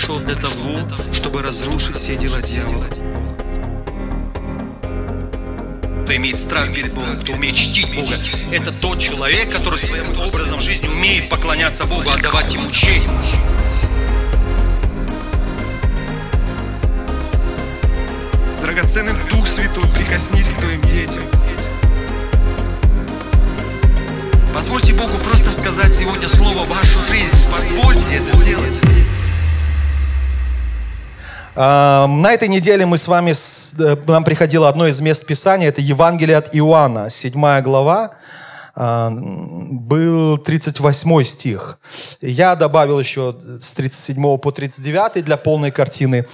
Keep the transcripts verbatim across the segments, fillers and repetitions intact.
пришел для того, чтобы разрушить все дела дьявола. Кто имеет страх перед Богом, кто умеет чтить Бога, это тот человек, который своим образом жизни умеет поклоняться Богу, отдавать Ему честь. Драгоценный Дух Святой, прикоснись к твоим детям. Позвольте Богу просто сказать сегодня слово в вашу жизнь. Позвольте это сделать. На этой неделе мы с вами, нам приходило одно из мест Писания, это Евангелие от Иоанна, седьмая глава, был тридцать восьмой стих. Я добавил еще с тридцать седьмого по тридцать девятый для полной картины.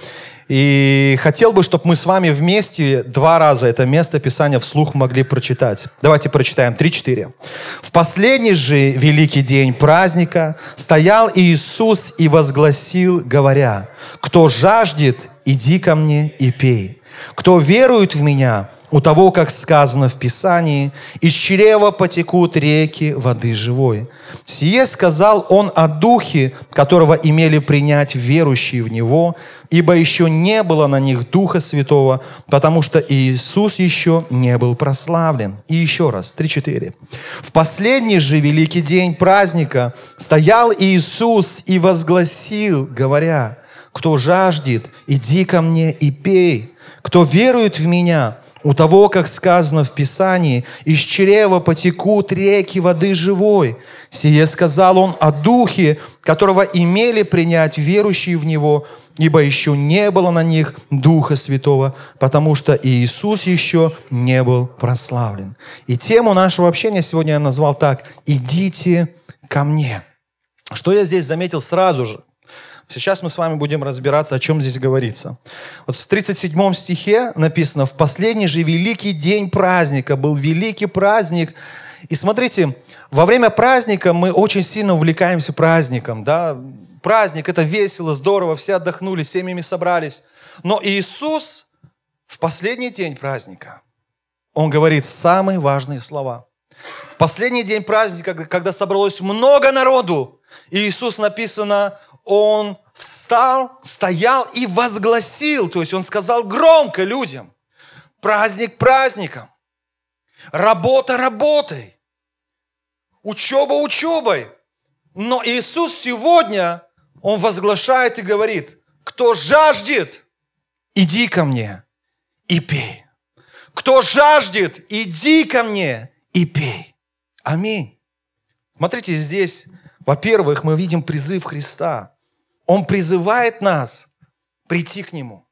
И хотел бы, чтобы мы с вами вместе два раза это место Писания вслух могли прочитать. Давайте прочитаем. три-четыре. «В последний же великий день праздника стоял Иисус и возгласил, говоря: кто жаждет, иди ко мне и пей. Кто верует в Меня, у того, как сказано в Писании, из чрева потекут реки воды живой. Сие сказал Он о Духе, которого имели принять верующие в Него, ибо еще не было на них Духа Святого, потому что Иисус еще не был прославлен». И еще раз, три-четыре. «В последний же великий день праздника стоял Иисус и возгласил, говоря: кто жаждет, иди ко мне и пей. Кто верует в Меня, у того, как сказано в Писании, из чрева потекут реки воды живой. Сие сказал Он о Духе, которого имели принять верующие в Него, ибо еще не было на них Духа Святого, потому что Иисус еще не был прославлен». И тему нашего общения сегодня я назвал так: «Идите ко мне». Что я здесь заметил сразу же? Сейчас мы с вами будем разбираться, о чем здесь говорится. Вот в тридцать седьмом стихе написано: «В последний же великий день праздника». Был великий праздник. И смотрите, во время праздника мы очень сильно увлекаемся праздником. Да? Праздник – это весело, здорово, все отдохнули, семьями собрались. Но Иисус в последний день праздника, Он говорит самые важные слова. В последний день праздника, когда собралось много народу, Иисус, написано, Он встал, стоял и возгласил, то есть Он сказал громко людям: праздник праздником, работа работой, учеба учебой. Но Иисус сегодня, Он возглашает и говорит: кто жаждет, иди ко мне и пей. Кто жаждет, иди ко мне и пей. Аминь. Смотрите, здесь, во-первых, мы видим призыв Христа. Он призывает нас прийти к Нему.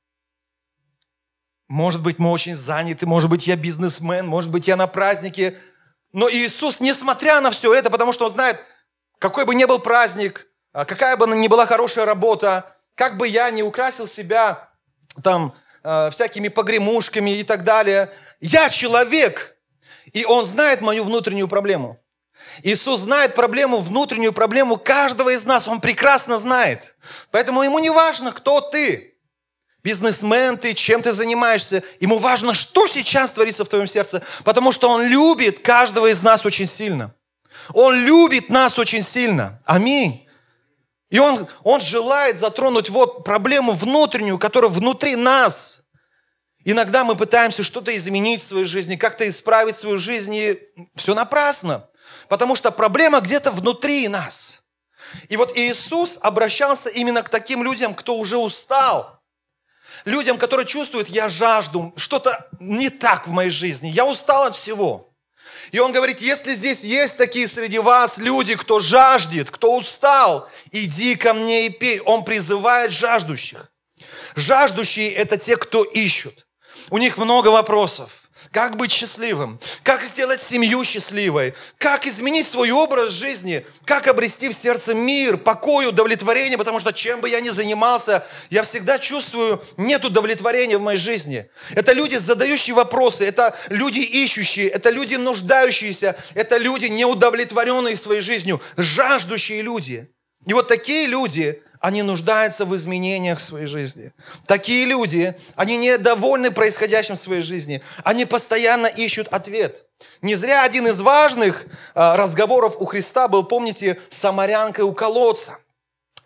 Может быть, мы очень заняты, может быть, я бизнесмен, может быть, я на празднике. Но Иисус, несмотря на все это, потому что Он знает, какой бы ни был праздник, какая бы ни была хорошая работа, как бы я ни украсил себя там всякими погремушками и так далее, я человек, и Он знает мою внутреннюю проблему. Иисус знает проблему, внутреннюю проблему каждого из нас. Он прекрасно знает. Поэтому Ему не важно, кто ты. Бизнесмен ты, чем ты занимаешься. Ему важно, что сейчас творится в твоем сердце. Потому что Он любит каждого из нас очень сильно. Он любит нас очень сильно. Аминь. И Он, он желает затронуть вот проблему внутреннюю, которая внутри нас. Иногда мы пытаемся что-то изменить в своей жизни, как-то исправить свою жизнь, и все напрасно. Потому что проблема где-то внутри нас. И вот Иисус обращался именно к таким людям, кто уже устал. Людям, которые чувствуют: я жажду, что-то не так в моей жизни, я устал от всего. И Он говорит: если здесь есть такие среди вас люди, кто жаждет, кто устал, иди ко мне и пей. Он призывает жаждущих. Жаждущие – это те, кто ищут. У них много вопросов. Как быть счастливым? Как сделать семью счастливой? Как изменить свой образ жизни? Как обрести в сердце мир, покой, удовлетворение? Потому что чем бы я ни занимался, я всегда чувствую, нет удовлетворения в моей жизни. Это люди, задающие вопросы, это люди ищущие, это люди нуждающиеся, это люди, неудовлетворенные своей жизнью, жаждущие люди. И вот такие люди, они нуждаются в изменениях в своей жизни. Такие люди, они недовольны происходящим в своей жизни. Они постоянно ищут ответ. Не зря один из важных разговоров у Христа был, помните, с самарянкой у колодца.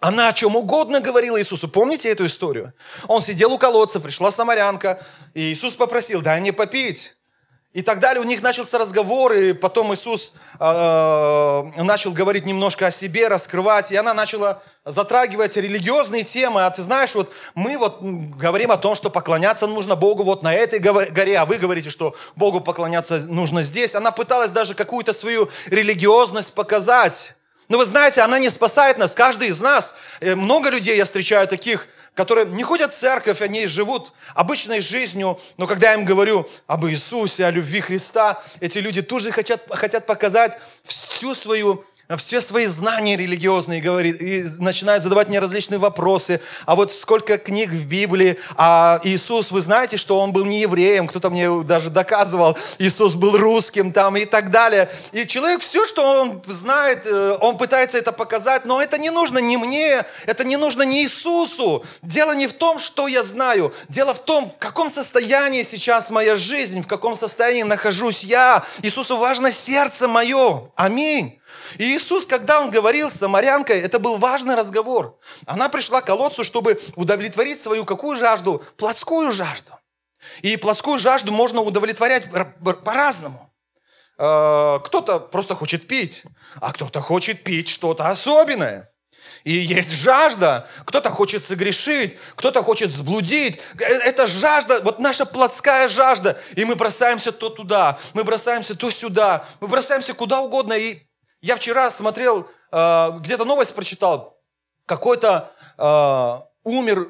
Она о чем угодно говорила Иисусу. Помните эту историю? Он сидел у колодца, пришла самарянка, и Иисус попросил: дай мне попить. И так далее. У них начался разговор, и потом Иисус э, начал говорить немножко о себе, раскрывать, и она начала затрагивать религиозные темы. А ты знаешь, вот мы вот говорим о том, что поклоняться нужно Богу вот на этой горе, а вы говорите, что Богу поклоняться нужно здесь. Она пыталась даже какую-то свою религиозность показать. Но вы знаете, она не спасает нас. Каждый из нас, много людей я встречаю таких, которые не ходят в церковь, они живут обычной жизнью, но когда я им говорю об Иисусе, о любви Христа, эти люди тут же хотят, хотят показать всю свою, все свои знания религиозные, говорит, и начинают задавать мне различные вопросы. А вот сколько книг в Библии, а Иисус, вы знаете, что Он был не евреем, кто-то мне даже доказывал, Иисус был русским там и так далее. И человек все, что он знает, он пытается это показать, но это не нужно ни мне, это не нужно ни Иисусу. Дело не в том, что я знаю, дело в том, в каком состоянии сейчас моя жизнь, в каком состоянии нахожусь я. Иисусу важно сердце мое. Аминь. И Иисус, когда Он говорил с самарянкой, это был важный разговор. Она пришла к колодцу, чтобы удовлетворить свою какую жажду? Плотскую жажду. И плотскую жажду можно удовлетворять по-разному. Кто-то просто хочет пить, а кто-то хочет пить что-то особенное. И есть жажда. Кто-то хочет согрешить, кто-то хочет сблудить. Это жажда, вот наша плотская жажда. И мы бросаемся то туда, мы бросаемся то сюда, мы бросаемся куда угодно. И я вчера смотрел, где-то новость прочитал, какой-то умер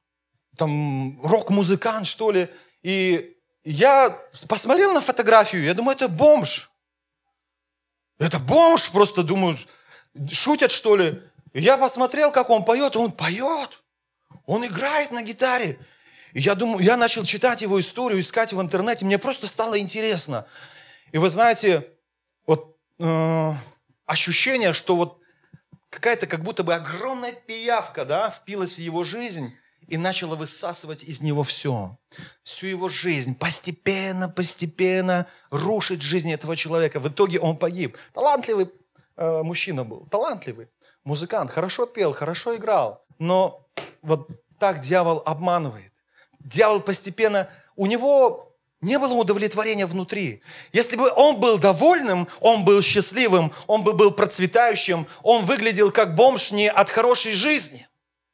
там рок-музыкант, что ли. И я посмотрел на фотографию, я думаю, это бомж. Это бомж, просто думаю, шутят, что ли. И я посмотрел, как он поет, он поет, он играет на гитаре. И я думаю, я начал читать его историю, искать в интернете, мне просто стало интересно. И вы знаете, вот э, ощущение, что вот какая-то как будто бы огромная пиявка, да, впилась в его жизнь и начала высасывать из него все. Всю его жизнь, постепенно, постепенно рушить жизнь этого человека. В итоге он погиб. Талантливый э, мужчина был, талантливый. Музыкант, хорошо пел, хорошо играл, но вот так дьявол обманывает. Дьявол постепенно, у него не было удовлетворения внутри. Если бы он был довольным, он был счастливым, он бы был процветающим, он выглядел как бомж не от хорошей жизни.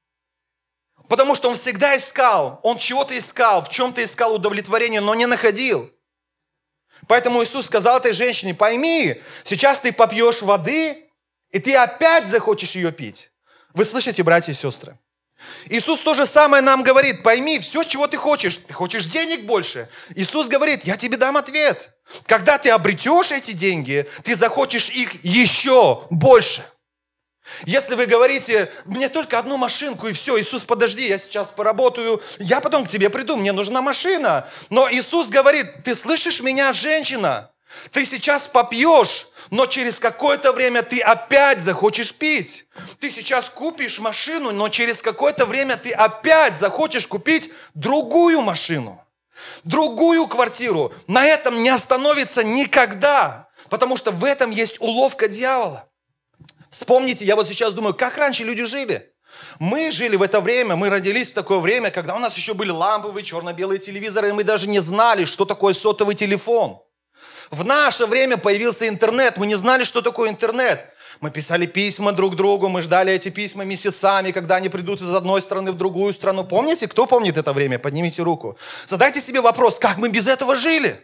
Потому что он всегда искал, он чего-то искал, в чем-то искал удовлетворение, но не находил. Поэтому Иисус сказал этой женщине: пойми, сейчас ты попьешь воды, и ты опять захочешь ее пить. Вы слышите, братья и сестры? Иисус то же самое нам говорит: пойми, все, чего ты хочешь. Ты хочешь денег больше? Иисус говорит: я тебе дам ответ. Когда ты обретешь эти деньги, ты захочешь их еще больше. Если вы говорите: мне только одну машинку и все, Иисус, подожди, я сейчас поработаю, я потом к тебе приду, мне нужна машина. Но Иисус говорит: ты слышишь меня, женщина? Ты сейчас попьешь, но через какое-то время ты опять захочешь пить. Ты сейчас купишь машину, но через какое-то время ты опять захочешь купить другую машину, другую квартиру. На этом не остановится никогда, потому что в этом есть уловка дьявола. Вспомните, я вот сейчас думаю, как раньше люди жили. Мы жили в это время, мы родились в такое время, когда у нас еще были ламповые черно-белые телевизоры, и мы даже не знали, что такое сотовый телефон. В наше время появился интернет, мы не знали, что такое интернет. Мы писали письма друг другу, мы ждали эти письма месяцами, когда они придут из одной страны в другую страну. Помните? Кто помнит это время? Поднимите руку. Задайте себе вопрос, как мы без этого жили?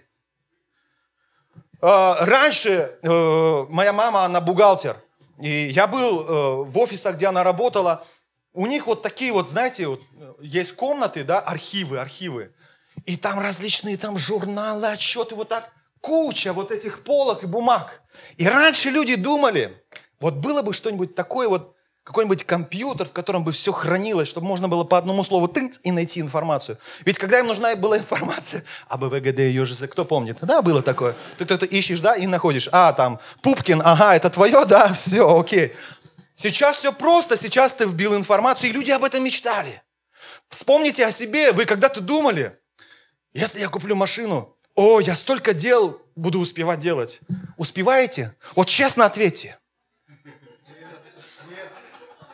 Раньше моя мама, она бухгалтер, и я был в офисах, где она работала. У них вот такие вот, знаете, вот есть комнаты, да, архивы, архивы. И там различные там журналы, отчеты, вот так. Куча вот этих полок и бумаг. И раньше люди думали, вот было бы что-нибудь такое, вот какой-нибудь компьютер, в котором бы все хранилось, чтобы можно было по одному слову тынц и найти информацию. Ведь когда им нужна была информация, а бэ вэ гэ дэ, ежик, кто помнит? Да, было такое. Ты кто-то ищешь, да, и находишь. А, там, Пупкин, ага, это твое, да, все, окей. Сейчас все просто, сейчас ты вбил информацию, и люди об этом мечтали. Вспомните о себе, вы когда-то думали, если я куплю машину, о, я столько дел буду успевать делать. Успеваете? Вот честно ответьте.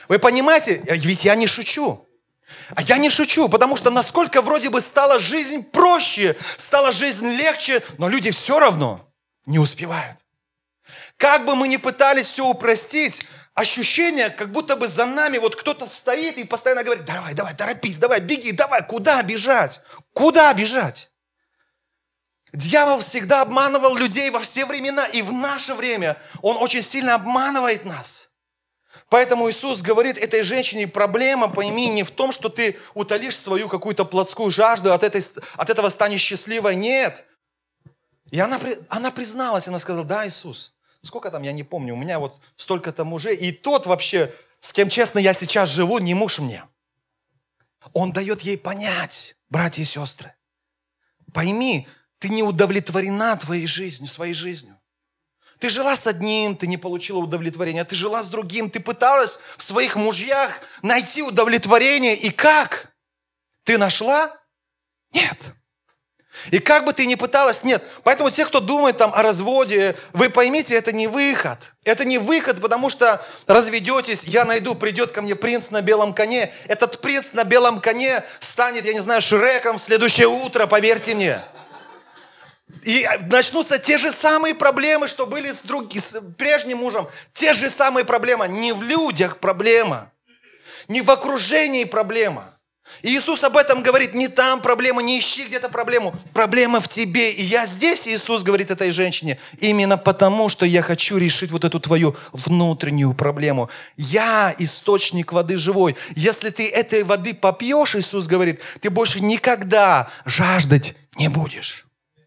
Вы понимаете? Ведь я не шучу. А я не шучу, потому что насколько вроде бы стала жизнь проще, стала жизнь легче, но люди все равно не успевают. Как бы мы ни пытались все упростить, ощущение, как будто бы за нами вот кто-то стоит и постоянно говорит: давай, давай, торопись, давай, беги, давай, куда бежать? Куда бежать? Дьявол всегда обманывал людей во все времена, и в наше время он очень сильно обманывает нас. Поэтому Иисус говорит этой женщине: проблема, пойми, не в том, что ты утолишь свою какую-то плотскую жажду, от, этой, от этого станешь счастливой. Нет. И она, она призналась, она сказала: да, Иисус, сколько там, я не помню, у меня вот столько-то мужей, и тот вообще, с кем, честно, я сейчас живу, не муж мне. Он дает ей понять, братья и сестры, пойми, ты не удовлетворена твоей жизнью, своей жизнью. Ты жила с одним, ты не получила удовлетворения. Ты жила с другим, ты пыталась в своих мужьях найти удовлетворение. И как? Ты нашла? Нет. И как бы ты ни пыталась, нет. Поэтому те, кто думает там о разводе, вы поймите, это не выход. Это не выход, потому что разведетесь, я найду, придет ко мне принц на белом коне. Этот принц на белом коне станет, я не знаю, Шреком в следующее утро, поверьте мне. И начнутся те же самые проблемы, что были с, друг... с прежним мужем. Те же самые проблемы. Не в людях проблема. Не в окружении проблема. И Иисус об этом говорит: не там проблема, не ищи где-то проблему. Проблема в тебе. И я здесь, Иисус говорит этой женщине, именно потому, что я хочу решить вот эту твою внутреннюю проблему. Я источник воды живой. Если ты этой воды попьешь, Иисус говорит, ты больше никогда жаждать не будешь.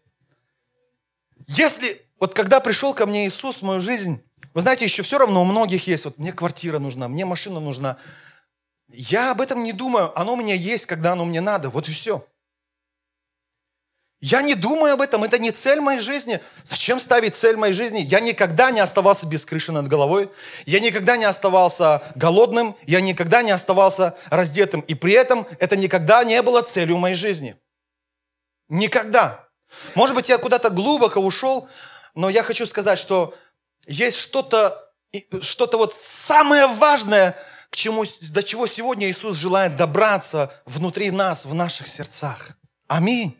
Если, вот когда пришел ко мне Иисус в мою жизнь, вы знаете, еще все равно у многих есть, вот мне квартира нужна, мне машина нужна. Я об этом не думаю, оно у меня есть, когда оно мне надо, вот и все. Я не думаю об этом, это не цель моей жизни. Зачем ставить цель моей жизни? Я никогда не оставался без крыши над головой, я никогда не оставался голодным, я никогда не оставался раздетым. И при этом это никогда не было целью моей жизни. Никогда. Может быть, я куда-то глубоко ушел, но я хочу сказать, что есть что-то, что-то вот самое важное, к чему, до чего сегодня Иисус желает добраться внутри нас, в наших сердцах. Аминь.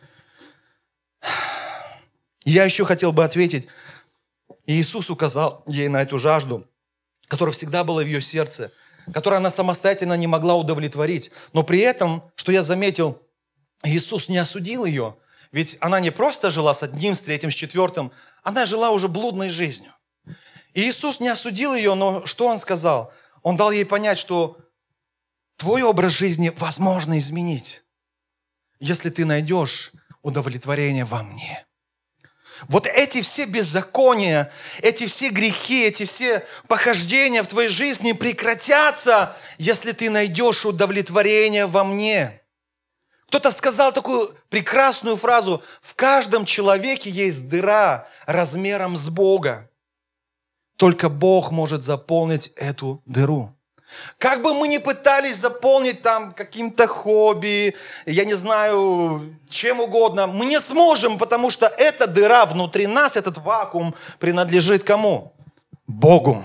Я еще хотел бы ответить. Иисус указал ей на эту жажду, которая всегда была в ее сердце, которую она самостоятельно не могла удовлетворить. Но при этом, что я заметил, Иисус не осудил ее. Ведь она не просто жила с одним, с третьим, с четвертым, она жила уже блудной жизнью. И Иисус не осудил ее, но что Он сказал? Он дал ей понять, что твой образ жизни возможно изменить, если ты найдешь удовлетворение во мне. Вот эти все беззакония, эти все грехи, эти все похождения в твоей жизни прекратятся, если ты найдешь удовлетворение во мне. Кто-то сказал такую прекрасную фразу: в каждом человеке есть дыра размером с Бога. Только Бог может заполнить эту дыру. Как бы мы ни пытались заполнить там каким-то хобби, я не знаю, чем угодно, мы не сможем, потому что эта дыра внутри нас, этот вакуум принадлежит кому? Богу.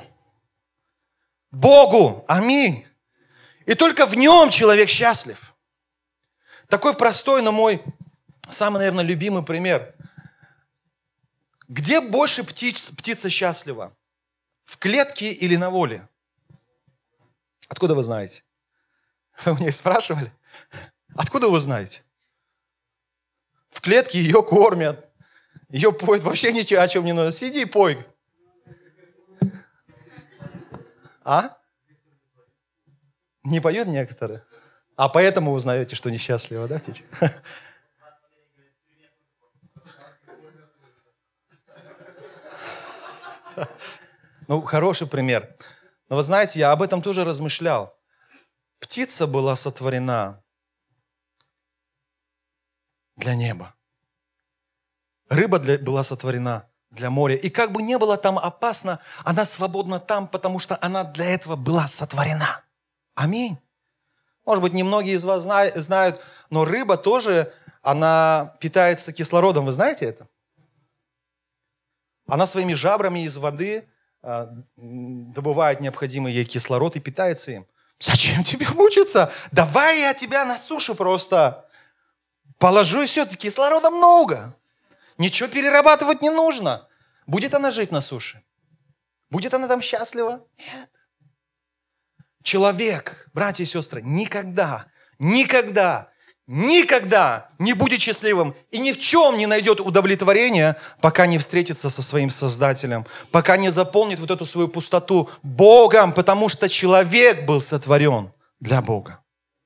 Богу. Аминь. И только в нем человек счастлив. Такой простой, но мой самый, наверное, любимый пример. Где больше птиц, птица счастлива? В клетке или на воле? Откуда вы знаете? Вы у меня спрашивали? Откуда вы знаете? В клетке ее кормят, ее поют, вообще ничего о чем не надо. Сиди и пой. А? Не поют некоторые? А поэтому вы узнаете, что несчастливо, да, птичка? Ну, хороший пример. Но вы знаете, я об этом тоже размышлял. Птица была сотворена для неба. Рыба для, была сотворена для моря. И как бы не было там опасно, она свободна там, потому что она для этого была сотворена. Аминь. Может быть, немногие из вас знают, но рыба тоже, она питается кислородом. Вы знаете это? Она своими жабрами из воды а, добывает необходимый ей кислород и питается им. Зачем тебе мучиться? Давай я тебя на суше просто положу, и все, кислорода много. Ничего перерабатывать не нужно. Будет она жить на суше? Будет она там счастлива? Нет. Человек, братья и сестры, никогда, никогда, никогда не будет счастливым и ни в чем не найдет удовлетворения, пока не встретится со своим Создателем, пока не заполнит вот эту свою пустоту Богом, потому что человек был сотворен для Бога.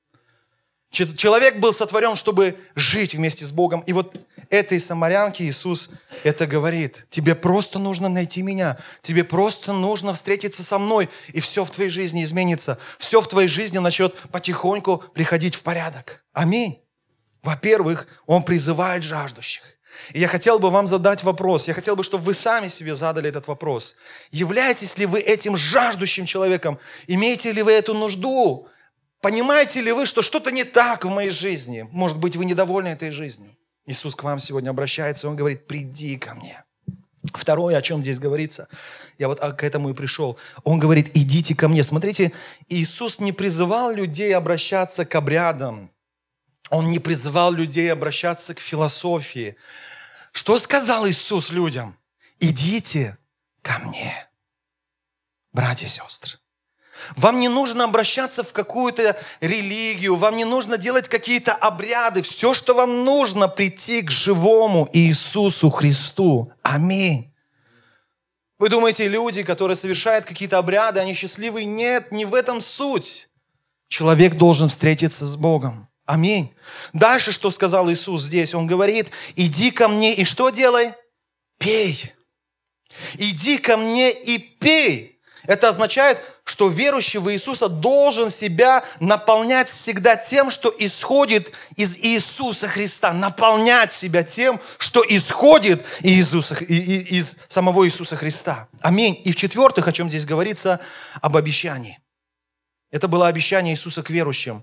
Человек был сотворен, чтобы жить вместе с Богом. И вот этой самарянке Иисус это говорит. Тебе просто нужно найти меня. Тебе просто нужно встретиться со мной. И все в твоей жизни изменится. Все в твоей жизни начнет потихоньку приходить в порядок. Аминь. Во-первых, Он призывает жаждущих. И я хотел бы вам задать вопрос. Я хотел бы, чтобы вы сами себе задали этот вопрос. Являетесь ли вы этим жаждущим человеком? Имеете ли вы эту нужду? Понимаете ли вы, что что-то не так в моей жизни? Может быть, вы недовольны этой жизнью? Иисус к вам сегодня обращается, Он говорит, приди ко мне. Второе, о чем здесь говорится, я вот к этому и пришел. Он говорит, идите ко мне. Смотрите, Иисус не призывал людей обращаться к обрядам. Он не призывал людей обращаться к философии. Что сказал Иисус людям? Идите ко мне, братья и сестры. Вам не нужно обращаться в какую-то религию, вам не нужно делать какие-то обряды. Все, что вам нужно, прийти к живому Иисусу Христу. Аминь. Вы думаете, люди, которые совершают какие-то обряды, они счастливы? Нет, не в этом суть. Человек должен встретиться с Богом. Аминь. Дальше, что сказал Иисус здесь? Он говорит, иди ко мне и что делай? Пей. Иди ко мне и пей. Это означает, что верующий в Иисуса должен себя наполнять всегда тем, что исходит из Иисуса Христа. Наполнять себя тем, что исходит из, Иисуса, из самого Иисуса Христа. Аминь. И в-четвертых, о чем здесь говорится, об обещании. Это было обещание Иисуса к верующим.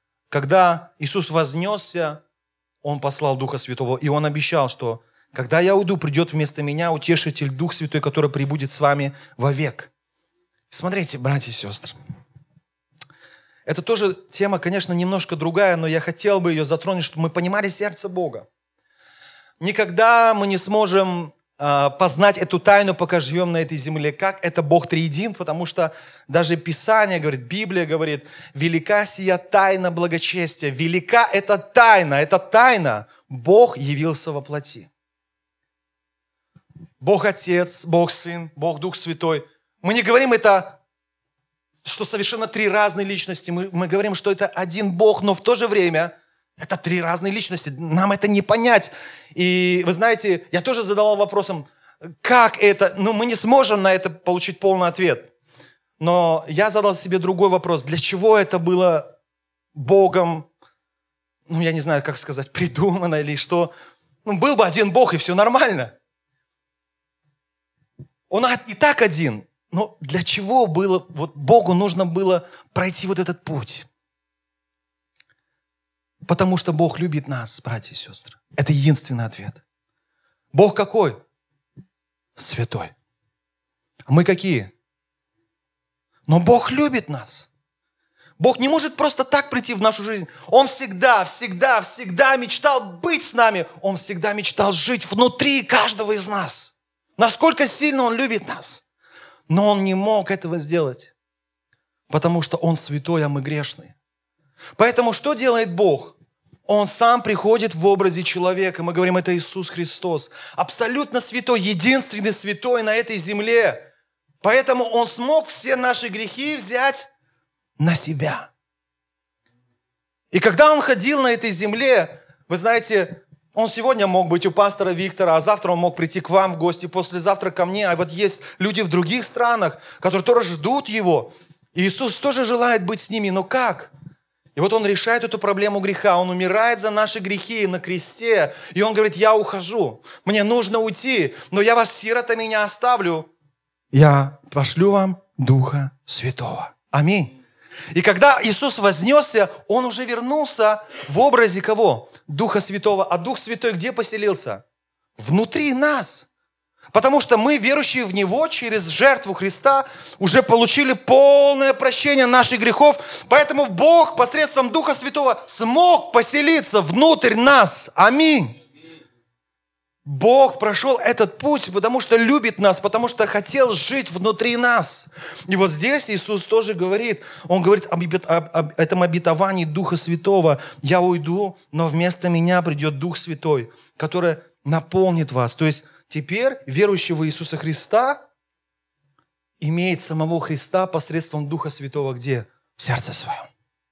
Когда Иисус вознесся, Он послал Духа Святого, и Он обещал, что когда я уйду, придет вместо меня Утешитель, Дух Святой, который пребудет с вами вовек. Смотрите, братья и сестры, это тоже тема, конечно, немножко другая, но я хотел бы ее затронуть, чтобы мы понимали сердце Бога. Никогда мы не сможем э, познать эту тайну, пока живем на этой земле, как это Бог триедин, потому что даже Писание говорит, Библия говорит, велика сия тайна благочестия, велика эта тайна, эта тайна, Бог явился во плоти. Бог Отец, Бог Сын, Бог Дух Святой. Мы не говорим это, что совершенно три разные личности. Мы, мы говорим, что это один Бог, но в то же время это три разные личности. Нам это не понять. И вы знаете, я тоже задавал вопросом, как это? Ну, мы не сможем на это получить полный ответ. Но я задал себе другой вопрос. Для чего это было Богом, ну, я не знаю, как сказать, придумано или что? Ну, был бы один Бог, и все нормально. Он и так один. Но для чего было, вот Богу нужно было пройти вот этот путь? Потому что Бог любит нас, братья и сестры. Это единственный ответ. Бог какой? Святой. А мы какие? Но Бог любит нас. Бог не может просто так прийти в нашу жизнь. Он всегда, всегда, всегда мечтал быть с нами. Он всегда мечтал жить внутри каждого из нас. Насколько сильно Он любит нас. Но Он не мог этого сделать, потому что Он святой, а мы грешные. Поэтому что делает Бог? Он сам приходит в образе человека. Мы говорим, это Иисус Христос. Абсолютно святой, единственный святой на этой земле. Поэтому Он смог все наши грехи взять на себя. И когда Он ходил на этой земле, вы знаете, Он сегодня мог быть у пастора Виктора, а завтра Он мог прийти к вам в гости, послезавтра ко мне. А вот есть люди в других странах, которые тоже ждут Его. И Иисус тоже желает быть с ними, но как? И вот Он решает эту проблему греха. Он умирает за наши грехи на кресте. И Он говорит, я ухожу, мне нужно уйти, но я вас сиротами не оставлю. Я пошлю вам Духа Святого. Аминь. И когда Иисус вознесся, Он уже вернулся в образе кого? Духа Святого. А Дух Святой где поселился? Внутри нас. Потому что мы, верующие в Него, через жертву Христа, уже получили полное прощение наших грехов. Поэтому Бог посредством Духа Святого смог поселиться внутрь нас. Аминь. Бог прошел этот путь, потому что любит нас, потому что хотел жить внутри нас. И вот здесь Иисус тоже говорит, Он говорит об, об, об этом обетовании Духа Святого. «Я уйду, но вместо меня придет Дух Святой, который наполнит вас». То есть теперь верующий в Иисуса Христа имеет самого Христа посредством Духа Святого где? В сердце своем.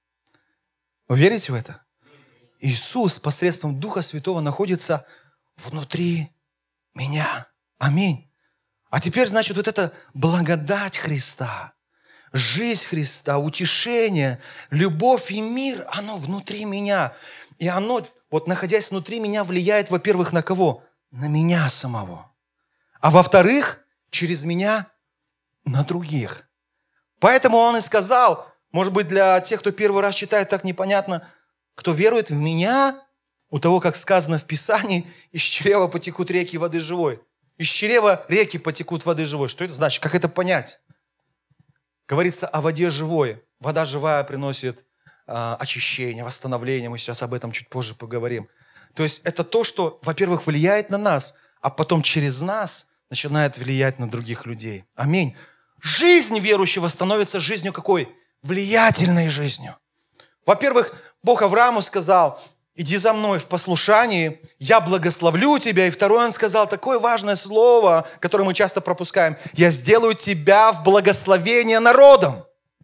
Вы верите в это? Иисус посредством Духа Святого находится внутри меня. Аминь. А теперь, значит, вот эта благодать Христа, жизнь Христа, утешение, любовь и мир, оно внутри меня. И оно, вот находясь внутри меня, влияет, во-первых, на кого? На меня самого. А во-вторых, через меня на других. Поэтому Он и сказал, может быть, для тех, кто первый раз читает, так непонятно, кто верует в меня, у того, как сказано в Писании, из чрева потекут реки воды живой. Из чрева реки потекут воды живой. Что это значит? Как это понять? Говорится о воде живой. Вода живая приносит э, очищение, восстановление. Мы сейчас об этом чуть позже поговорим. То есть это то, что, во-первых, влияет на нас, а потом через нас начинает влиять на других людей. Аминь. Жизнь верующего становится жизнью какой? Влиятельной жизнью. Во-первых, Бог Аврааму сказал: иди за мной в послушании, я благословлю тебя. И второе, Он сказал такое важное слово, которое мы часто пропускаем: я сделаю тебя в благословение народом.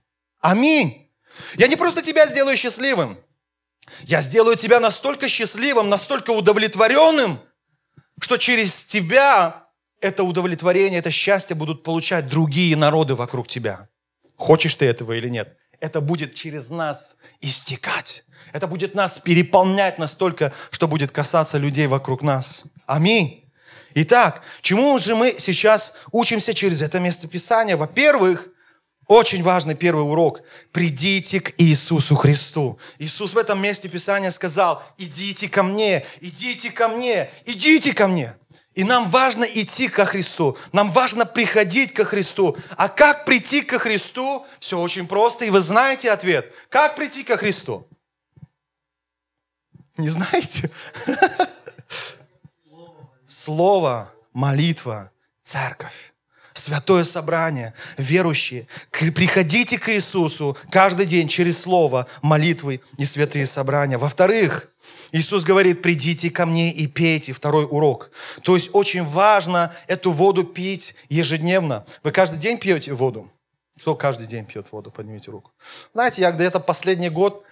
Аминь. Я не просто тебя сделаю счастливым, я сделаю тебя настолько счастливым, настолько удовлетворенным, что через тебя это удовлетворение, это счастье будут получать другие народы вокруг тебя. Хочешь ты этого или нет? Это будет через нас истекать. Это будет нас переполнять настолько, что будет касаться людей вокруг нас. Аминь. Итак, чему же мы сейчас учимся через это местописание? Во-первых, очень важный первый урок. Придите к Иисусу Христу. Иисус в этом месте Писания сказал: идите ко мне, идите ко мне, идите ко мне. И нам важно идти ко Христу. Нам важно приходить ко Христу. А как прийти ко Христу? Все очень просто, и вы знаете ответ. Как прийти ко Христу? Не знаете? Слово, молитва, церковь. Святое собрание, верующие, приходите к Иисусу каждый день через слово, молитвы и святые собрания. Во-вторых, Иисус говорит: придите ко мне и пейте. Второй урок. То есть очень важно эту воду пить ежедневно. Вы каждый день пьете воду? Кто каждый день пьет воду? Поднимите руку. Знаете, я где-то последний год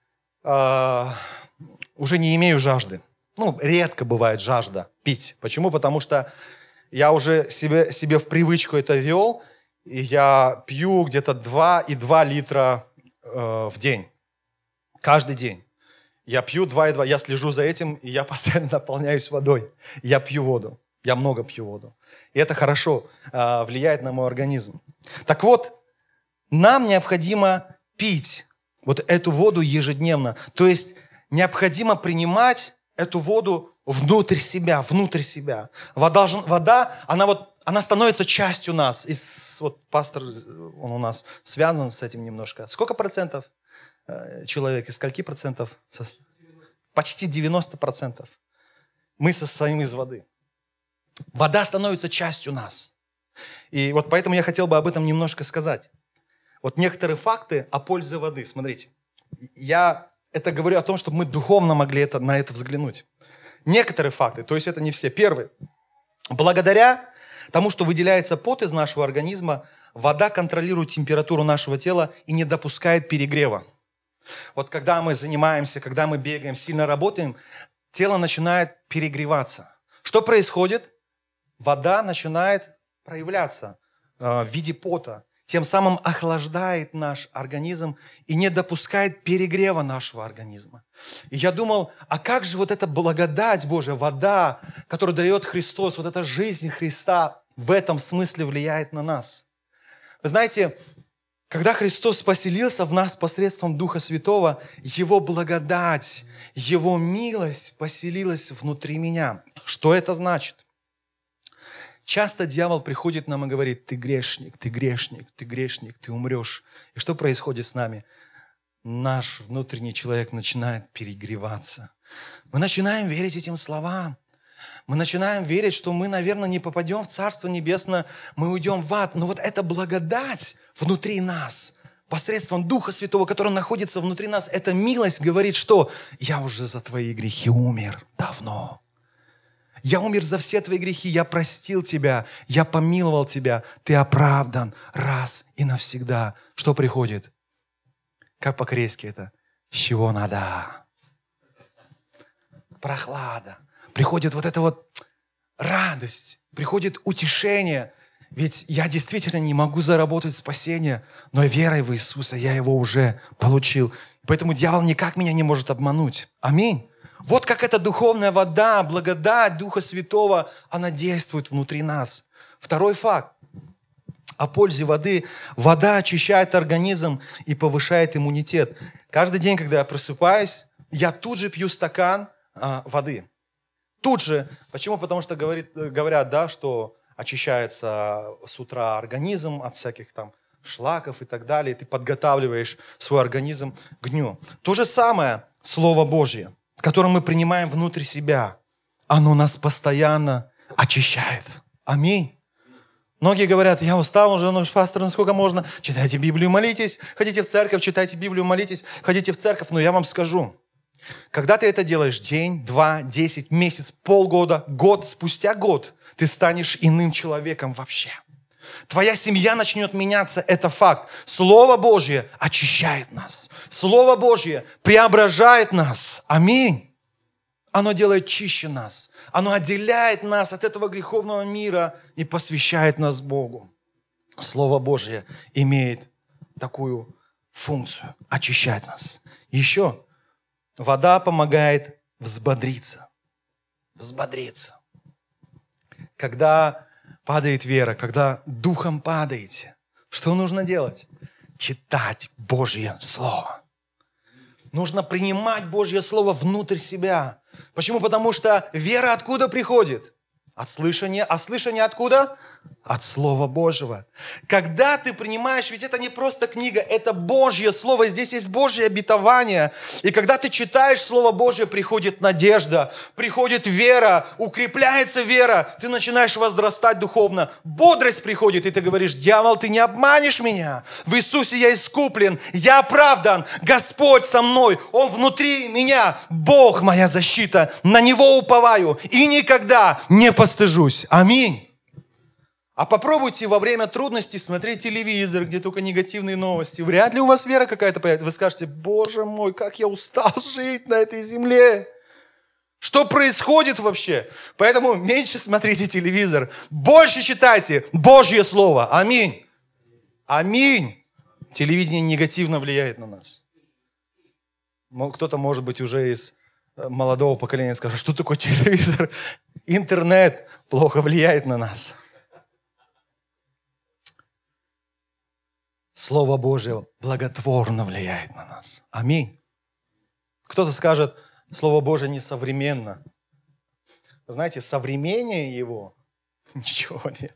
э, уже не имею жажды. Ну, редко бывает жажда пить. Почему? Потому что я уже себе, себе в привычку это вел, и я пью где-то два и два литра э, в день. Каждый день. Я пью два и два, я слежу за этим, и я постоянно наполняюсь водой. Я пью воду, я много пью воду. И это хорошо э, влияет на мой организм. Так вот, нам необходимо пить вот эту воду ежедневно. То есть необходимо принимать эту воду внутрь себя, внутрь себя. Вода, вода она, вот, она становится частью нас. И с, вот пастор, он у нас связан с этим немножко. Сколько процентов э, человек? Из скольки процентов? Со, почти девяносто процентов. Мы состоим из воды. Вода становится частью нас. И вот поэтому я хотел бы об этом немножко сказать. Вот некоторые факты о пользе воды. Смотрите. Я это говорю о том, чтобы мы духовно могли это, на это взглянуть. Некоторые факты, то есть это не все. Первый. Благодаря тому, что выделяется пот из нашего организма, вода контролирует температуру нашего тела и не допускает перегрева. Вот когда мы занимаемся, когда мы бегаем, сильно работаем, тело начинает перегреваться. Что происходит? Вода начинает проявляться э, в виде пота. Тем самым охлаждает наш организм и не допускает перегрева нашего организма. И я думал, а как же вот эта благодать Божия, вода, которую дает Христос, вот эта жизнь Христа в этом смысле влияет на нас? Вы знаете, когда Христос поселился в нас посредством Духа Святого, Его благодать, Его милость поселилась внутри меня. Что это значит? Часто дьявол приходит к нам и говорит: ты грешник, ты грешник, ты грешник, ты умрешь. И что происходит с нами? Наш внутренний человек начинает перегреваться. Мы начинаем верить этим словам. Мы начинаем верить, что мы, наверное, не попадем в Царство Небесное, мы уйдем в ад. Но вот эта благодать внутри нас, посредством Духа Святого, который находится внутри нас, эта милость говорит, что я уже за твои грехи умер давно. Я умер за все твои грехи, я простил тебя, я помиловал тебя, ты оправдан раз и навсегда. Что приходит? Как по-корейски это? С чего надо? Прохлада. Приходит вот эта вот радость, приходит утешение. Ведь я действительно не могу заработать спасение, но верой в Иисуса я его уже получил. Поэтому дьявол никак меня не может обмануть. Аминь. Вот как эта духовная вода, благодать Духа Святого, она действует внутри нас. Второй факт о пользе воды. Вода очищает организм и повышает иммунитет. Каждый день, когда я просыпаюсь, я тут же пью стакан а, воды. Тут же. Почему? Потому что говорит, говорят, да, что очищается с утра организм от всяких там шлаков и так далее. Ты подготавливаешь свой организм к дню. То же самое Слово Божье, которое мы принимаем внутрь себя. Оно нас постоянно очищает. Аминь. Многие говорят: я устал уже, ну, пастор, ну сколько можно? Читайте Библию, молитесь. Ходите в церковь, читайте Библию, молитесь. Ходите в церковь. Но я вам скажу, когда ты это делаешь день, два, десять, месяц, полгода, год, спустя год, ты станешь иным человеком вообще. Твоя семья начнет меняться, это факт. Слово Божье очищает нас. Слово Божье преображает нас. Аминь. Оно делает чище нас. Оно отделяет нас от этого греховного мира и посвящает нас Богу. Слово Божье имеет такую функцию – очищать нас. Еще вода помогает взбодриться. Взбодриться. Когда падает вера, когда духом падаете, что нужно делать? Читать Божье Слово. Нужно принимать Божье Слово внутрь себя. Почему? Потому что вера откуда приходит? От слышания. А слышание откуда? От Слова Божьего. Когда ты принимаешь, ведь это не просто книга, это Божье Слово, здесь есть Божье обетование. И когда ты читаешь Слово Божье, приходит надежда, приходит вера, укрепляется вера, ты начинаешь возрастать духовно, бодрость приходит, и ты говоришь: дьявол, ты не обманешь меня, в Иисусе я искуплен, я оправдан, Господь со мной, Он внутри меня, Бог моя защита, на Него уповаю и никогда не постыжусь. Аминь. А попробуйте во время трудностей смотреть телевизор, где только негативные новости. Вряд ли у вас вера какая-то появится. Вы скажете: Боже мой, как я устал жить на этой земле. Что происходит вообще? Поэтому меньше смотрите телевизор, больше читайте Божье Слово. Аминь. Аминь. Телевидение негативно влияет на нас. Кто-то, может быть, уже из молодого поколения скажет: что такое телевизор? Интернет плохо влияет на нас. Слово Божье благотворно влияет на нас. Аминь. Кто-то скажет: Слово Божье несовременно. Знаете, современнее его ничего нет.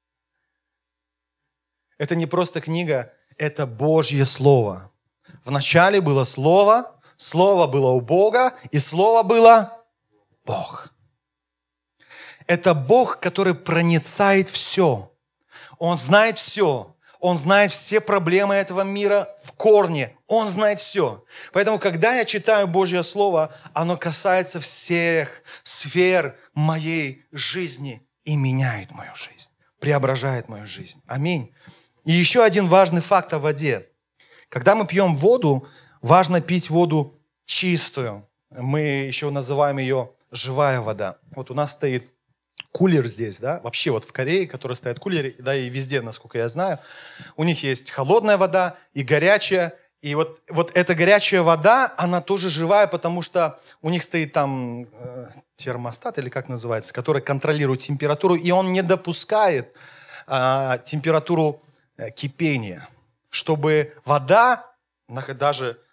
Это не просто книга, это Божье Слово. Вначале было Слово, Слово было у Бога, и Слово было Бог. Это Бог, который проницает все. Он знает все. Он знает все проблемы этого мира в корне. Он знает все. Поэтому, когда я читаю Божье Слово, оно касается всех сфер моей жизни и меняет мою жизнь, преображает мою жизнь. Аминь. И еще один важный факт о воде. Когда мы пьем воду, важно пить воду чистую. Мы еще называем ее живая вода. Вот у нас стоит кулер здесь, да, вообще вот в Корее, который стоят кулеры, да, и везде, насколько я знаю, у них есть холодная вода и горячая, и вот, вот эта горячая вода, она тоже живая, потому что у них стоит там э, термостат, или как называется, который контролирует температуру, и он не допускает э, температуру э, кипения, чтобы вода, даже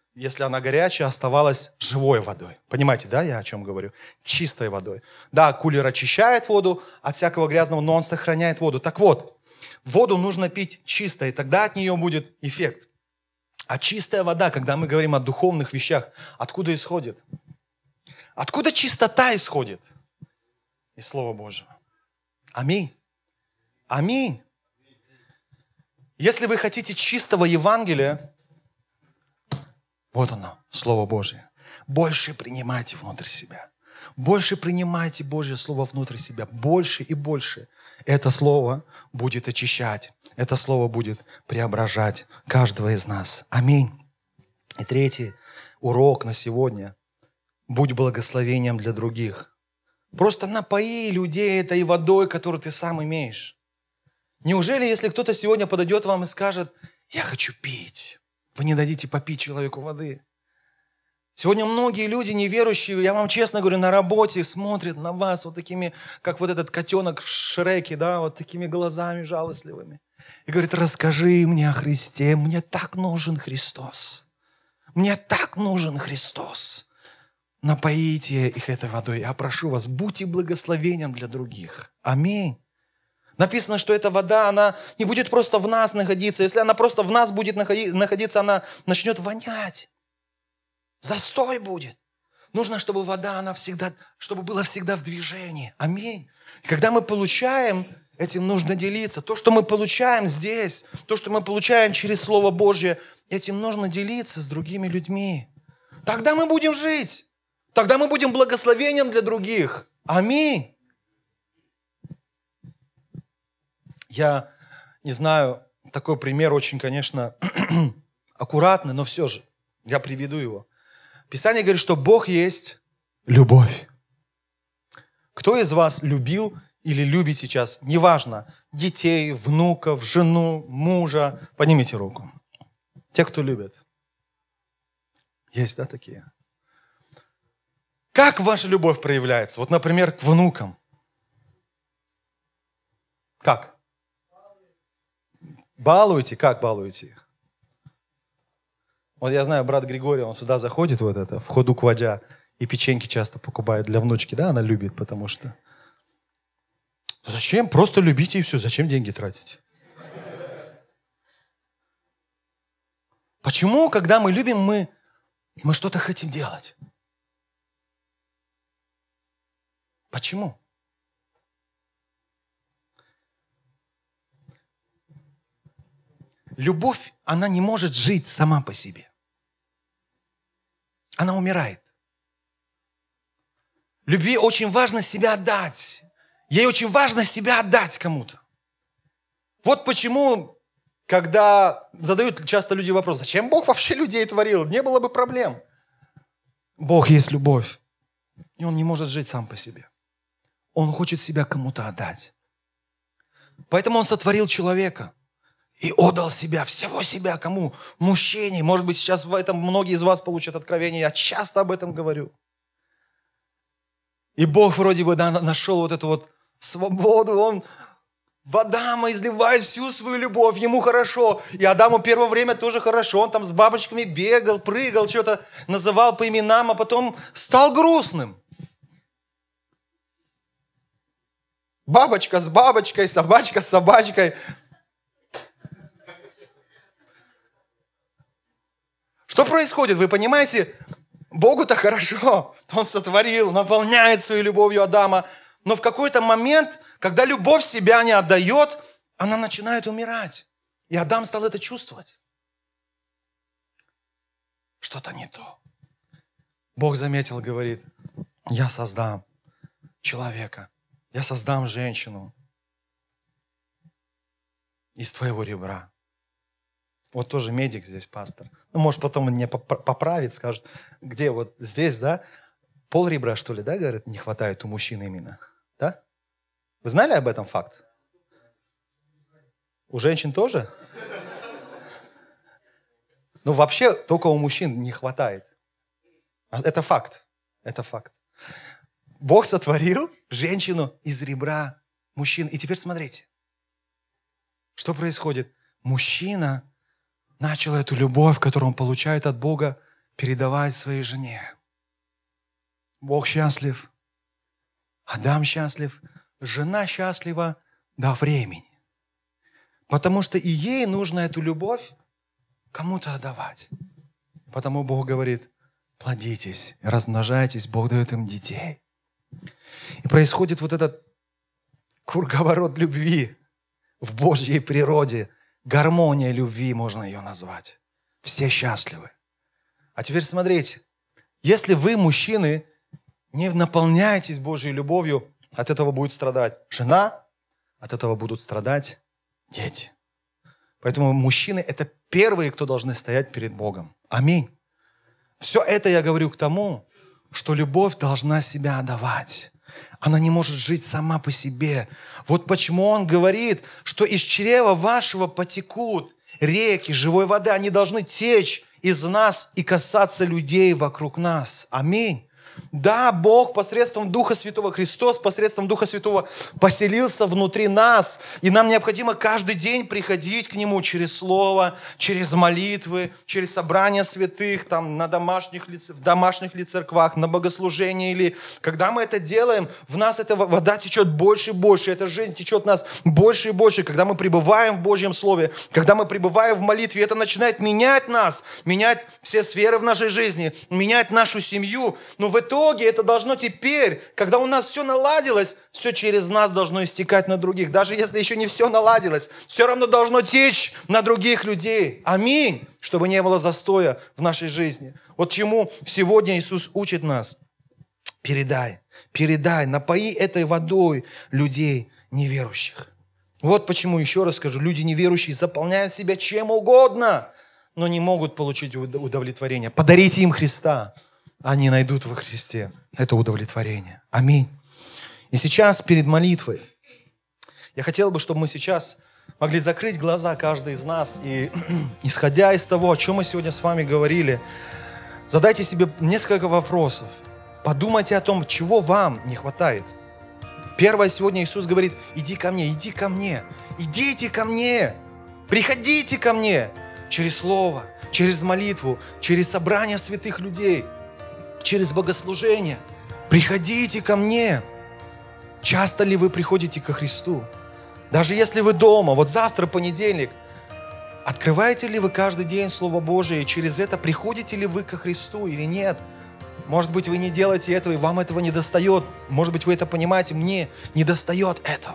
если она горячая, оставалась живой водой. Понимаете, да, я о чем говорю? Чистой водой. Да, кулер очищает воду от всякого грязного, но он сохраняет воду. Так вот, воду нужно пить чистой, и тогда от нее будет эффект. А чистая вода, когда мы говорим о духовных вещах, откуда исходит? Откуда чистота исходит? Из Слова Божьего. Аминь. Аминь. Если вы хотите чистого Евангелия, вот оно, Слово Божие. Больше принимайте внутрь себя. Больше принимайте Божье Слово внутрь себя. Больше и больше. Это Слово будет очищать. Это Слово будет преображать каждого из нас. Аминь. И третий урок на сегодня. Будь благословением для других. Просто напои людей этой водой, которую ты сам имеешь. Неужели, если кто-то сегодня подойдет вам и скажет: я хочу пить, вы не дадите попить человеку воды? Сегодня многие люди неверующие, я вам честно говорю, на работе смотрят на вас вот такими, как вот этот котенок в Шреке, да, вот такими глазами жалостливыми. И говорит: расскажи мне о Христе, мне так нужен Христос. Мне так нужен Христос. Напоите их этой водой. Я прошу вас, будьте благословением для других. Аминь. Написано, что эта вода, она не будет просто в нас находиться. Если она просто в нас будет находиться, она начнет вонять. Застой будет. Нужно, чтобы вода, она всегда, чтобы была всегда в движении. Аминь. И когда мы получаем, этим нужно делиться. То, что мы получаем здесь, то, что мы получаем через Слово Божье, этим нужно делиться с другими людьми. Тогда мы будем жить. Тогда мы будем благословением для других. Аминь. Я не знаю, такой пример очень, конечно, аккуратный, но все же я приведу его. Писание говорит, что Бог есть любовь. Кто из вас любил или любит сейчас, неважно, детей, внуков, жену, мужа? Поднимите руку. Те, кто любит. Есть, да, такие? Как ваша любовь проявляется? Вот, например, к внукам. Как? Балуете? Как балуете их? Вот я знаю, брат Григорий, он сюда заходит, вот это, в ходу к водя, и печеньки часто покупает для внучки, да, она любит, потому что... Зачем? Просто любите и все. Зачем деньги тратить? Почему, когда мы любим, мы, мы что-то хотим делать? Почему? Любовь, она не может жить сама по себе. Она умирает. Любви очень важно себя отдать. Ей очень важно себя отдать кому-то. Вот почему, когда задают часто люди вопрос, зачем Бог вообще людей творил? Не было бы проблем. Бог есть любовь. И Он не может жить сам по себе. Он хочет себя кому-то отдать. Поэтому Он сотворил человека. И отдал себя, всего себя кому? Мужчине. Может быть, сейчас в этом многие из вас получат откровение. Я часто об этом говорю. И Бог вроде бы да, нашел вот эту вот свободу. Он в Адама изливает всю свою любовь. Ему хорошо. И Адаму первое время тоже хорошо. Он там с бабочками бегал, прыгал, что-то называл по именам, а потом стал грустным. Бабочка с бабочкой, собачка с собачкой. Что происходит? Вы понимаете? Богу-то хорошо. Он сотворил, наполняет своей любовью Адама. Но в какой-то момент, когда любовь себя не отдает, она начинает умирать. И Адам стал это чувствовать. Что-то не то. Бог заметил, говорит, я создам человека, я создам женщину из твоего ребра. Вот тоже медик здесь, пастор. Ну, может, потом он меня поправит, скажет, где вот здесь, да? Пол ребра, что ли, да, говорит, не хватает у мужчин именно. Да? Вы знали об этом факт? У женщин тоже? Ну, вообще, только у мужчин не хватает. Это факт. Это факт. Бог сотворил женщину из ребра мужчин. И теперь смотрите. Что происходит? Мужчина начал эту любовь, которую он получает от Бога, передавать своей жене. Бог счастлив, Адам счастлив, жена счастлива до времени. Потому что и ей нужно эту любовь кому-то отдавать. Потому Бог говорит, плодитесь, размножайтесь, Бог дает им детей. И происходит вот этот круговорот любви в Божьей природе. Гармония любви, можно ее назвать. Все счастливы. А теперь смотрите, если вы, мужчины, не наполняетесь Божьей любовью, от этого будет страдать жена, от этого будут страдать дети. Поэтому мужчины – это первые, кто должны стоять перед Богом. Аминь. Все это я говорю к тому, что любовь должна себя отдавать. Она не может жить сама по себе. Вот почему он говорит, что из чрева вашего потекут реки живой воды. Они должны течь из нас и касаться людей вокруг нас. Аминь. Да, Бог посредством Духа Святого, Христос посредством Духа Святого поселился внутри нас. И нам необходимо каждый день приходить к Нему через Слово, через молитвы, через собрания святых, там, на домашних, в домашних ли церквах, на богослужении. Или когда мы это делаем, в нас эта вода течет больше и больше, эта жизнь течет в нас больше и больше. Когда мы пребываем в Божьем Слове, когда мы пребываем в молитве, это начинает менять нас, менять все сферы в нашей жизни, менять нашу семью. Но в В итоге это должно теперь, когда у нас все наладилось, все через нас должно истекать на других. Даже если еще не все наладилось, все равно должно течь на других людей. Аминь. Чтобы не было застоя в нашей жизни. Вот чему сегодня Иисус учит нас. Передай, передай, напои этой водой людей неверующих. Вот почему, еще раз скажу, люди неверующие заполняют себя чем угодно, но не могут получить удовлетворение. Подарите им Христа. Они найдут во Христе это удовлетворение. Аминь. И сейчас перед молитвой я хотел бы, чтобы мы сейчас могли закрыть глаза, каждый из нас, и исходя из того, о чем мы сегодня с вами говорили, задайте себе несколько вопросов. Подумайте о том, чего вам не хватает. Первое, сегодня Иисус говорит, иди ко мне, иди ко мне, идите ко мне, приходите ко мне через Слово, через молитву, через собрание святых людей, через богослужение. Приходите ко мне. Часто ли вы приходите ко Христу? Даже если вы дома, вот завтра понедельник, открываете ли вы каждый день Слово Божие, и через это приходите ли вы ко Христу или нет? Может быть, вы не делаете этого, и вам этого не достает. Может быть, вы это понимаете, мне не достает этого.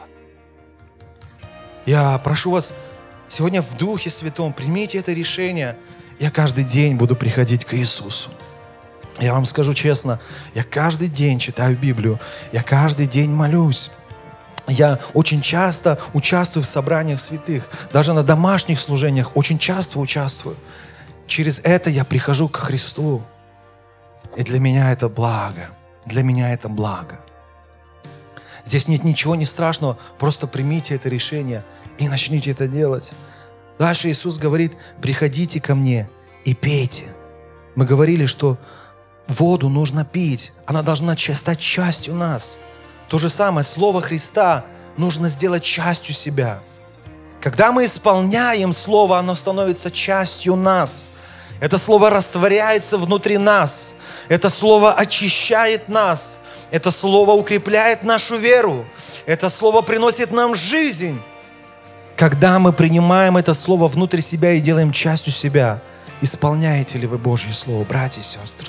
Я прошу вас, сегодня в Духе Святом примите это решение. Я каждый день буду приходить к Иисусу. Я вам скажу честно, я каждый день читаю Библию, я каждый день молюсь. Я очень часто участвую в собраниях святых, даже на домашних служениях очень часто участвую. Через это я прихожу к Христу. И для меня это благо, для меня это благо. Здесь нет ничего не страшного, просто примите это решение и начните это делать. Дальше Иисус говорит, приходите ко мне и пейте. Мы говорили, что воду нужно пить, она должна стать частью нас. То же самое, Слово Христа нужно сделать частью себя. Когда мы исполняем Слово, оно становится частью нас. Это Слово растворяется внутри нас. Это Слово очищает нас. Это Слово укрепляет нашу веру. Это Слово приносит нам жизнь. Когда мы принимаем это Слово внутрь себя и делаем частью себя, исполняете ли вы Божье Слово, братья и сестры?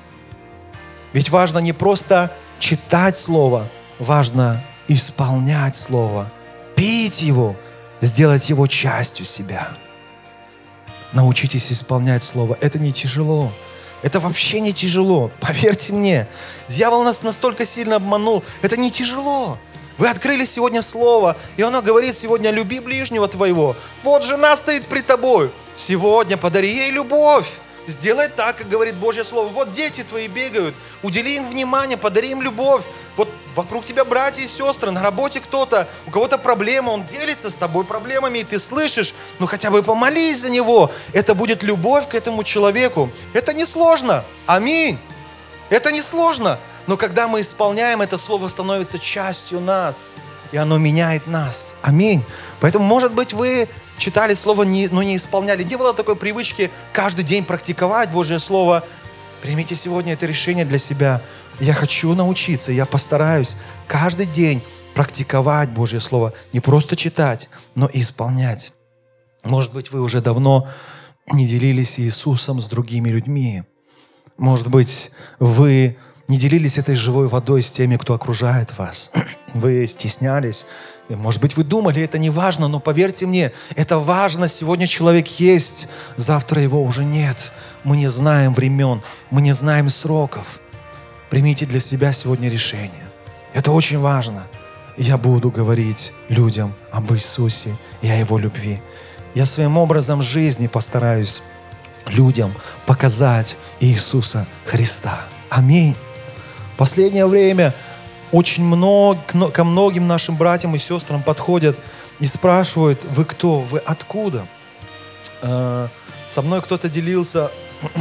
Ведь важно не просто читать Слово, важно исполнять Слово, пить его, сделать его частью себя. Научитесь исполнять Слово. Это не тяжело. Это вообще не тяжело. Поверьте мне, дьявол нас настолько сильно обманул. Это не тяжело. Вы открыли сегодня Слово, и оно говорит сегодня, люби ближнего твоего. Вот жена стоит пред тобой. Сегодня подари ей любовь. Сделай так, как говорит Божье Слово. Вот дети твои бегают, удели им внимание, подари им любовь. Вот вокруг тебя братья и сестры, на работе кто-то, у кого-то проблема, он делится с тобой проблемами, и ты слышишь, ну хотя бы помолись за него. Это будет любовь к этому человеку. Это несложно. Аминь. Это несложно. Но когда мы исполняем, это Слово становится частью нас, и оно меняет нас. Аминь. Поэтому, может быть, вы читали Слово, но не исполняли. Не было такой привычки каждый день практиковать Божье Слово. Примите сегодня это решение для себя. Я хочу научиться, я постараюсь каждый день практиковать Божье Слово. Не просто читать, но и исполнять. Может быть, вы уже давно не делились Иисусом с другими людьми. Может быть, вы не делились этой живой водой с теми, кто окружает вас. Вы стеснялись. Может быть, вы думали, это не важно, но поверьте мне, это важно. Сегодня человек есть, завтра его уже нет. Мы не знаем времен, мы не знаем сроков. Примите для себя сегодня решение. Это очень важно. Я буду говорить людям об Иисусе и о Его любви. Я своим образом жизни постараюсь людям показать Иисуса Христа. Аминь. В последнее время очень много, ко многим нашим братьям и сестрам подходят и спрашивают: вы кто, вы откуда? Э, со мной кто-то делился,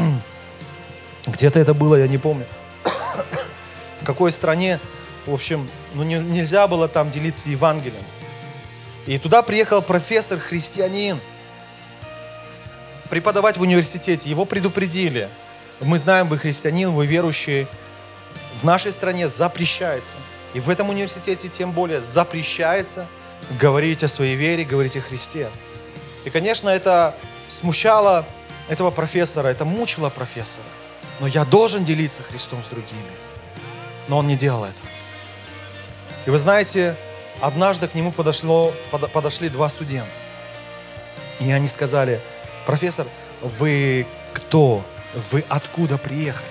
где-то это было, я не помню, в какой стране, в общем, ну не, нельзя было там делиться Евангелием. И туда приехал профессор-христианин преподавать в университете. Его предупредили. Мы знаем, вы христианин, вы верующий. В нашей стране запрещается. И в этом университете тем более запрещается говорить о своей вере, говорить о Христе. И, конечно, это смущало этого профессора, это мучило профессора. Но я должен делиться Христом с другими. Но он не делал это. И вы знаете, однажды к нему подошло, под, подошли два студента. И они сказали: профессор, вы кто? Вы откуда приехали?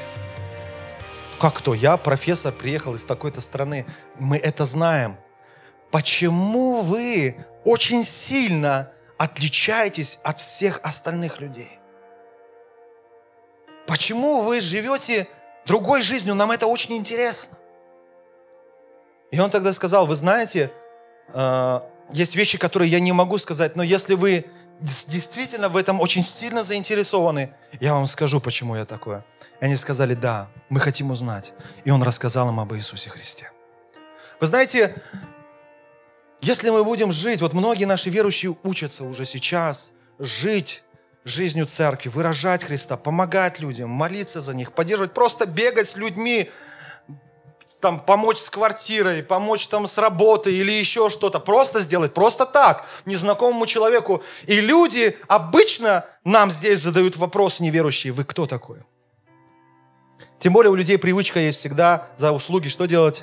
Как кто? Я, профессор, приехал из такой-то страны. Мы это знаем. Почему вы очень сильно отличаетесь от всех остальных людей? Почему вы живете другой жизнью? Нам это очень интересно. И он тогда сказал: вы знаете, э, есть вещи, которые я не могу сказать, но если вы действительно в этом очень сильно заинтересованы, я вам скажу, почему я такое. И они сказали: да, мы хотим узнать. И он рассказал им об Иисусе Христе. Вы знаете, если мы будем жить, вот многие наши верующие учатся уже сейчас жить жизнью церкви, выражать Христа, помогать людям, молиться за них, поддерживать, просто бегать с людьми, там, помочь с квартирой, помочь там с работой или еще что-то. Просто сделать, просто так, незнакомому человеку. И люди обычно нам здесь задают вопрос неверующие: вы кто такой? Тем более у людей привычка есть всегда за услуги что делать?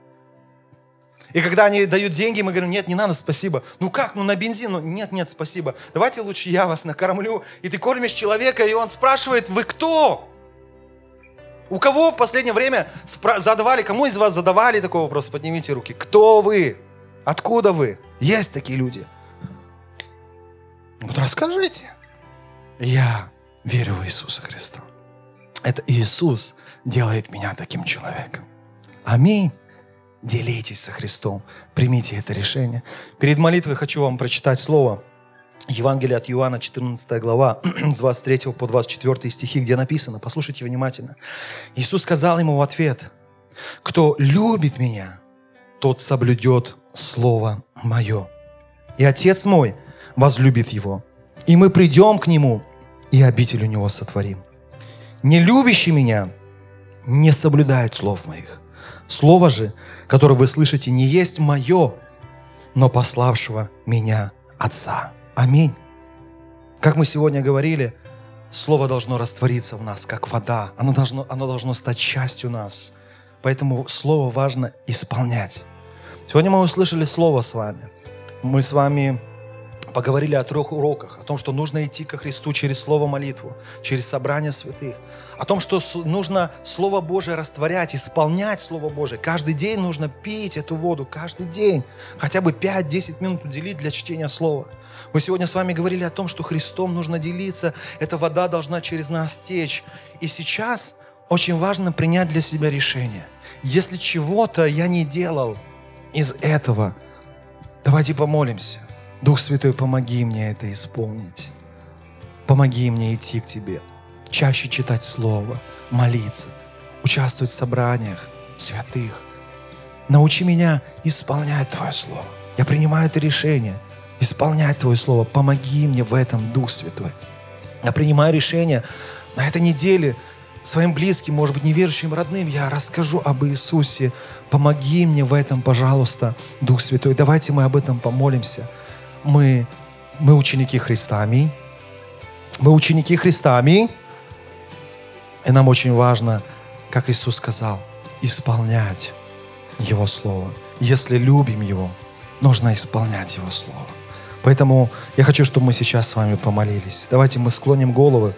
И когда они дают деньги, мы говорим: нет, не надо, спасибо. Ну как, ну на бензин? Ну, нет, нет, спасибо. Давайте лучше я вас накормлю. И ты кормишь человека, и он спрашивает: вы кто? У кого в последнее время спра- задавали, кому из вас задавали такой вопрос? Поднимите руки. Кто вы? Откуда вы? Есть такие люди. Вот расскажите. Я верю в Иисуса Христа. Это Иисус делает меня таким человеком. Аминь. Делитесь со Христом. Примите это решение. Перед молитвой хочу вам прочитать слово. Евангелие от Иоанна, четырнадцатая глава, с двадцать третьего по двадцать четвёртый стихи, где написано, послушайте внимательно. Иисус сказал ему в ответ: кто любит меня, тот соблюдет слово мое. И Отец мой возлюбит его. И мы придем к нему, и обитель у него сотворим. Не любящий меня не соблюдает слов моих. Слово же, которое вы слышите, не есть мое, но пославшего меня Отца. Аминь. Как мы сегодня говорили, Слово должно раствориться в нас, как вода. Оно должно, оно должно стать частью нас. Поэтому Слово важно исполнять. Сегодня мы услышали Слово с вами. Мы с вами поговорили о трех уроках. О том, что нужно идти ко Христу через Слово молитву, через собрание святых. О том, что нужно Слово Божие растворять, исполнять Слово Божие. Каждый день нужно пить эту воду, каждый день. Хотя бы пять-десять минут уделить для чтения Слова. Мы сегодня с вами говорили о том, что Христом нужно делиться. Эта вода должна через нас течь. И сейчас очень важно принять для себя решение. Если чего-то я не делал из этого, давайте помолимся. Дух Святой, помоги мне это исполнить. Помоги мне идти к Тебе. Чаще читать Слово, молиться, участвовать в собраниях святых. Научи меня исполнять Твое Слово. Я принимаю это решение. исполнять Твое Слово. Помоги мне в этом, Дух Святой. Я принимаю решение на этой неделе своим близким, может быть, неверующим родным. Я расскажу об Иисусе. Помоги мне в этом, пожалуйста, Дух Святой. Давайте мы об этом помолимся. Мы, мы ученики Христа. Аминь. Мы ученики Христа. Аминь. И нам очень важно, как Иисус сказал, исполнять Его Слово. Если любим Его, нужно исполнять Его Слово. Поэтому я хочу, чтобы мы сейчас с вами помолились. Давайте мы склоним головы,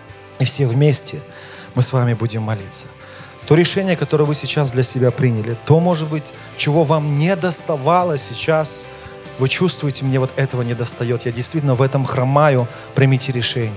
и все вместе мы с вами будем молиться. То решение, которое вы сейчас для себя приняли, то, может быть, чего вам не доставало сейчас, вы чувствуете, мне вот этого не достает, я действительно в этом хромаю, примите решение.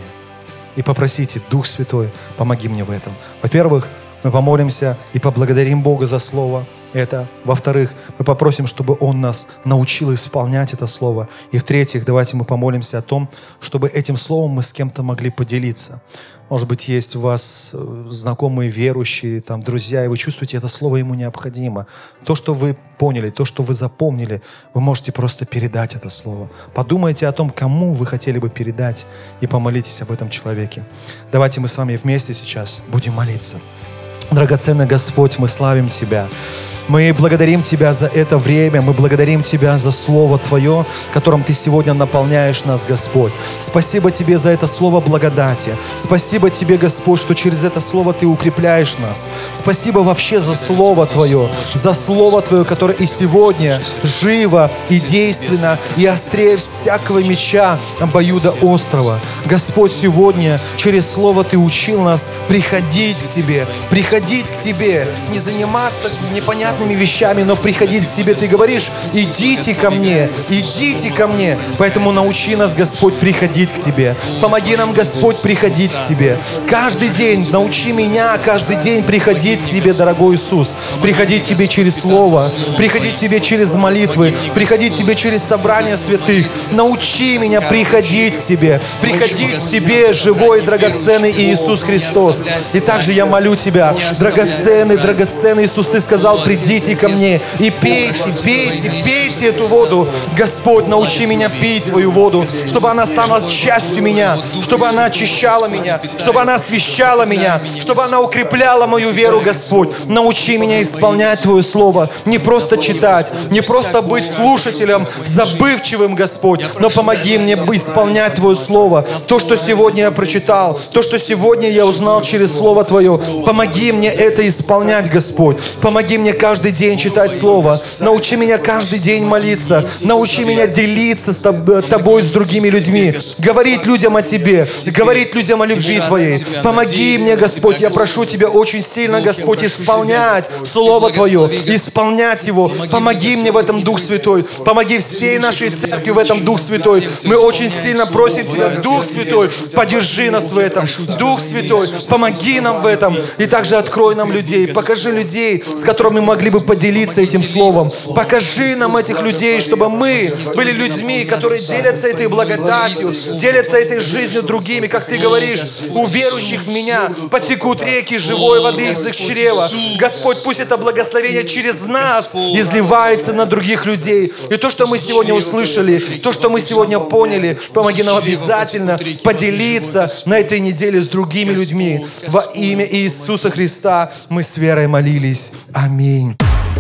И попросите, Дух Святой, помоги мне в этом. Во-первых, мы помолимся и поблагодарим Бога за Слово это. Во-вторых, мы попросим, чтобы Он нас научил исполнять это Слово. И в-третьих, давайте мы помолимся о том, чтобы этим Словом мы с кем-то могли поделиться. Может быть, есть у вас знакомые верующие, там, друзья, и вы чувствуете, это Слово ему необходимо. То, что вы поняли, то, что вы запомнили, вы можете просто передать это Слово. Подумайте о том, кому вы хотели бы передать, и помолитесь об этом человеке. Давайте мы с вами вместе сейчас будем молиться. Драгоценный Господь, мы славим Тебя. Мы благодарим Тебя за это время, мы благодарим Тебя за Слово Твое, которым Ты сегодня наполняешь нас, Господь. Спасибо Тебе за это Слово благодати. Спасибо Тебе, Господь, что через это Слово Ты укрепляешь нас. Спасибо вообще за Слово Твое, за Слово Твое, которое и сегодня живо и действенно, и острее всякого меча обоюдоострого. Господь, сегодня через Слово Ты учил нас приходить к Тебе, приходить к Тебе, не заниматься непонятными вещами, но приходить к Тебе. Ты говоришь, идите ко мне, идите ко мне. Поэтому научи нас, Господь, приходить к Тебе. Помоги нам, Господь, приходить к Тебе. Каждый день научи меня каждый день приходить к Тебе, дорогой Иисус. Приходить к Тебе через Слово, приходить к Тебе через молитвы, приходить к Тебе через собрание святых. Научи меня приходить к Тебе, приходить к Тебе, живой и драгоценный Иисус Христос. И также я молю Тебя, драгоценный, драгоценный Иисус, Ты сказал, придите ко мне и пейте, пейте, пейте эту воду. Господь, научи меня пить Твою воду, чтобы она стала частью меня, чтобы она очищала меня, чтобы она освящала меня, чтобы она укрепляла мою веру, Господь. Научи меня исполнять Твое Слово, не просто читать, не просто быть слушателем, забывчивым, Господь, но помоги мне исполнять Твое Слово. То, что сегодня я прочитал, то, что сегодня я узнал через Слово Твое, помоги мне это исполнять, Господь. Помоги мне каждый день читать Слово. Научи меня каждый день молиться. Научи меня делиться с Тобой, с другими людьми. Говорить людям о Тебе. Говорить людям о любви Твоей. Помоги мне, Господь. Я прошу Тебя очень сильно, Господь, исполнять Слово Твое. Исполнять его. Помоги мне в этом, Дух Святой. Помоги всей нашей церкви в этом, Дух Святой. Мы очень сильно просим Тебя, Дух Святой, поддержи нас в этом. Дух Святой, помоги нам в этом. И также открой нам людей. Покажи людей, с которыми мы могли бы поделиться этим Словом. Покажи нам этих людей, чтобы мы были людьми, которые делятся этой благодатью, делятся этой жизнью другими. Как Ты говоришь, у верующих в Меня потекут реки живой воды из их чрева. Господь, пусть это благословение через нас изливается на других людей. И то, что мы сегодня услышали, то, что мы сегодня поняли, помоги нам обязательно поделиться на этой неделе с другими людьми. Во имя Иисуса Христа мы с верой молились. Аминь.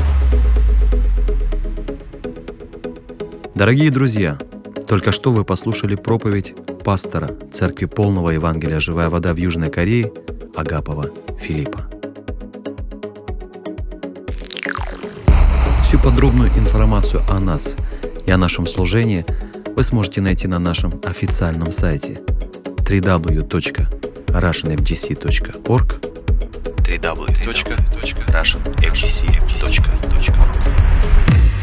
Дорогие друзья, только что вы послушали проповедь пастора Церкви Полного Евангелия «Живая вода» в Южной Корее Агапова Филиппа. Всю подробную информацию о нас и о нашем служении вы сможете найти на нашем официальном сайте дабл ю дабл ю дабл ю точка russian f g c точка org дабл ю дабл ю дабл ю точка russian f g c точка org.